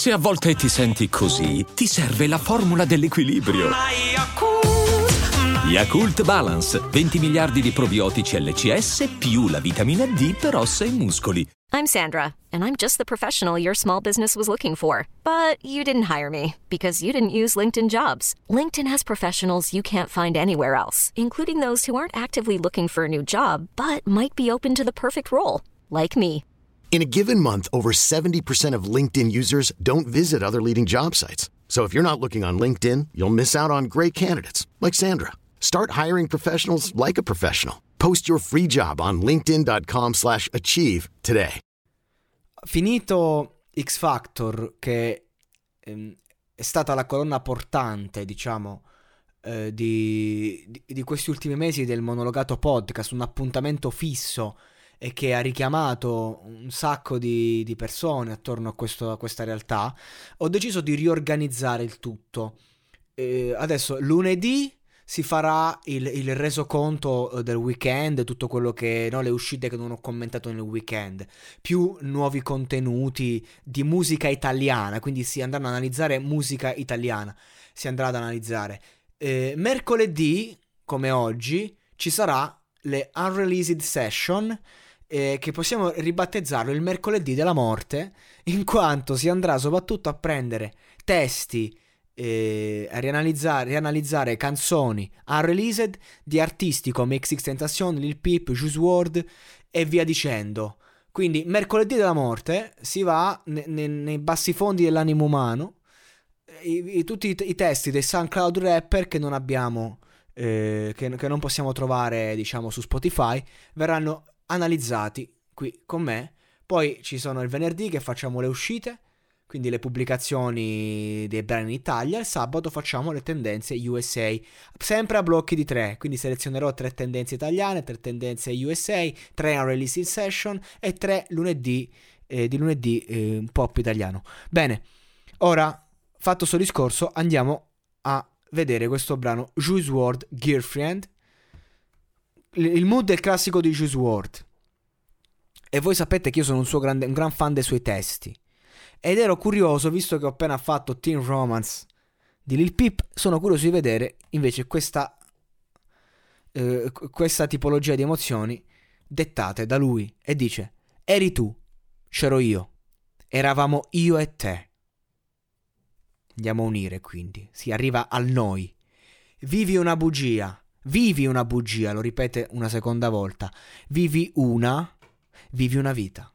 Se a volte ti senti così, ti serve la formula dell'equilibrio. Yakult Balance, 20 miliardi di probiotici LCS più la vitamina D per ossa e muscoli. I'm Sandra, and I'm just the professional your small business was looking for. But you didn't hire me because you didn't use LinkedIn Jobs. LinkedIn has professionals you can't find anywhere else, including those who aren't actively looking for a new job, but might be open to the perfect role, like me. In a given month, over 70% of LinkedIn users don't visit other leading job sites. So if you're not looking on LinkedIn, you'll miss out on great candidates like Sandra. Start hiring professionals like a professional. Post your free job on linkedin.com/achieve today. Finito X Factor, che è stata la colonna portante, diciamo, di questi ultimi mesi del monologato podcast, un appuntamento fisso e che ha richiamato un sacco di persone attorno a questa realtà, ho deciso di riorganizzare il tutto. Adesso lunedì si farà il resoconto del weekend, tutto quello che, no, le uscite che non ho commentato nel weekend, più nuovi contenuti di musica italiana, quindi si andranno ad analizzare musica italiana, si andrà ad analizzare. Mercoledì, come oggi, ci sarà le Unreleased Session, che possiamo ribattezzarlo il mercoledì della morte, in quanto si andrà soprattutto a prendere testi, a rianalizzare canzoni unreleased di artisti come XXXTentacion, Lil Peep, Juice WRLD e via dicendo. Quindi mercoledì della morte si va nei bassi fondi dell'animo umano, tutti i testi dei SoundCloud rapper che non abbiamo, che non possiamo trovare, diciamo, su Spotify, verranno analizzati qui con me. Poi ci sono il venerdì che facciamo le uscite, quindi le pubblicazioni dei brani in Italia. Il sabato facciamo le tendenze USA, sempre a blocchi di 3, quindi selezionerò 3 tendenze italiane, 3 tendenze USA, 3 unreleased session e 3 lunedì, di lunedì un pop italiano. Bene, ora, fatto sto discorso, andiamo a vedere questo brano Juice WRLD, Girlfriend. Il mood è il classico di Juice WRLD, e voi sapete che io sono un gran fan dei suoi testi. Ed ero curioso, visto che ho appena fatto Teen Romance di Lil Peep, sono curioso di vedere invece questa tipologia di emozioni dettate da lui. E dice: eri tu, c'ero io, eravamo io e te. Andiamo a unire, quindi si arriva al noi. Vivi una bugia, lo ripete una seconda volta. Vivi una vita.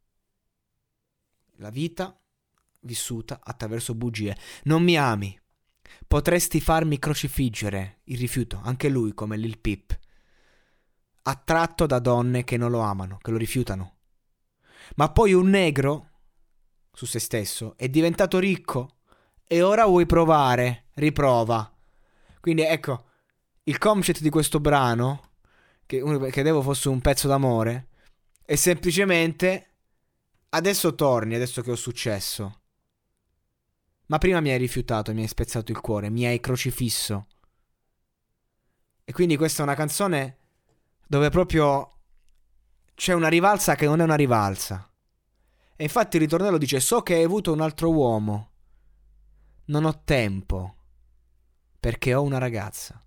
La vita vissuta attraverso bugie. Non mi ami, potresti farmi crocifiggere. Il rifiuto, anche lui come Lil Peep, attratto da donne che non lo amano, che lo rifiutano. Ma poi un negro su se stesso è diventato ricco e ora vuoi provare, riprova. Quindi ecco, il concept di questo brano, che credevo fosse un pezzo d'amore, è semplicemente: adesso torni, adesso che ho successo. Ma prima mi hai rifiutato, mi hai spezzato il cuore, mi hai crocifisso. E quindi questa è una canzone dove proprio c'è una rivalsa che non è una rivalsa. E infatti il ritornello dice: so che hai avuto un altro uomo, non ho tempo, perché ho una ragazza.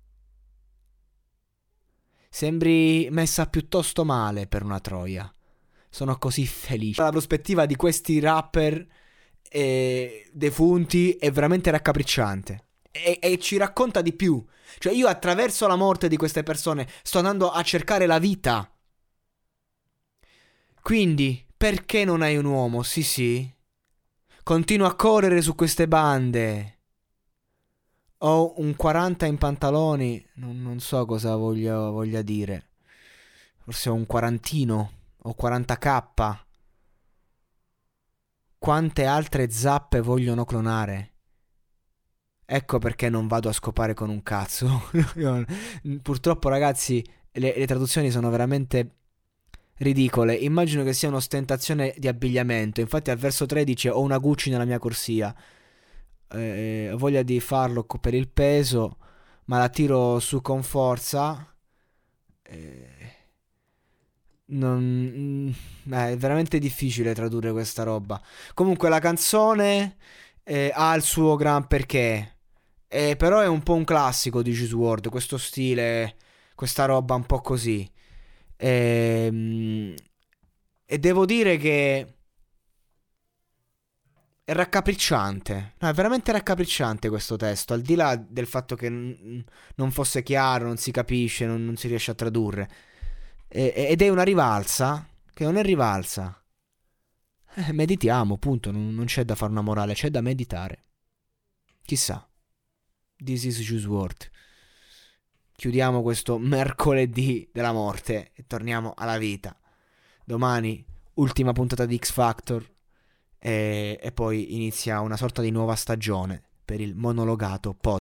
Sembri messa piuttosto male per una troia. Sono così felice. La prospettiva di questi rapper defunti è veramente raccapricciante. E ci racconta di più. Cioè, io attraverso la morte di queste persone sto andando a cercare la vita. Quindi, perché non hai un uomo? Sì. Continuo a correre su queste bande. Ho un 40 in pantaloni. Non so cosa voglia dire. Forse ho un quarantino. Ho 40k. Quante altre zappe vogliono clonare? Ecco perché non vado a scopare con un cazzo. Purtroppo, ragazzi, le traduzioni sono veramente ridicole. Immagino che sia un'ostentazione di abbigliamento. Infatti al verso 3 dice: ho una Gucci nella mia corsia. Ho voglia di farlo per il peso, ma la tiro su con forza. È veramente difficile tradurre questa roba. Comunque la canzone ha il suo gran perché, però è un po' un classico di Juice WRLD, questo stile, questa roba un po' così. E devo dire che è raccapricciante. No, è veramente raccapricciante questo testo, al di là del fatto che non fosse chiaro, non si capisce, non si riesce a tradurre. Ed è una rivalsa che non è rivalsa. Meditiamo, punto. Non c'è da fare una morale, c'è da meditare. Chissà. This is Juice WRLD. Chiudiamo questo mercoledì della morte e torniamo alla vita. Domani, ultima puntata di X Factor. E poi inizia una sorta di nuova stagione per il monologato podcast.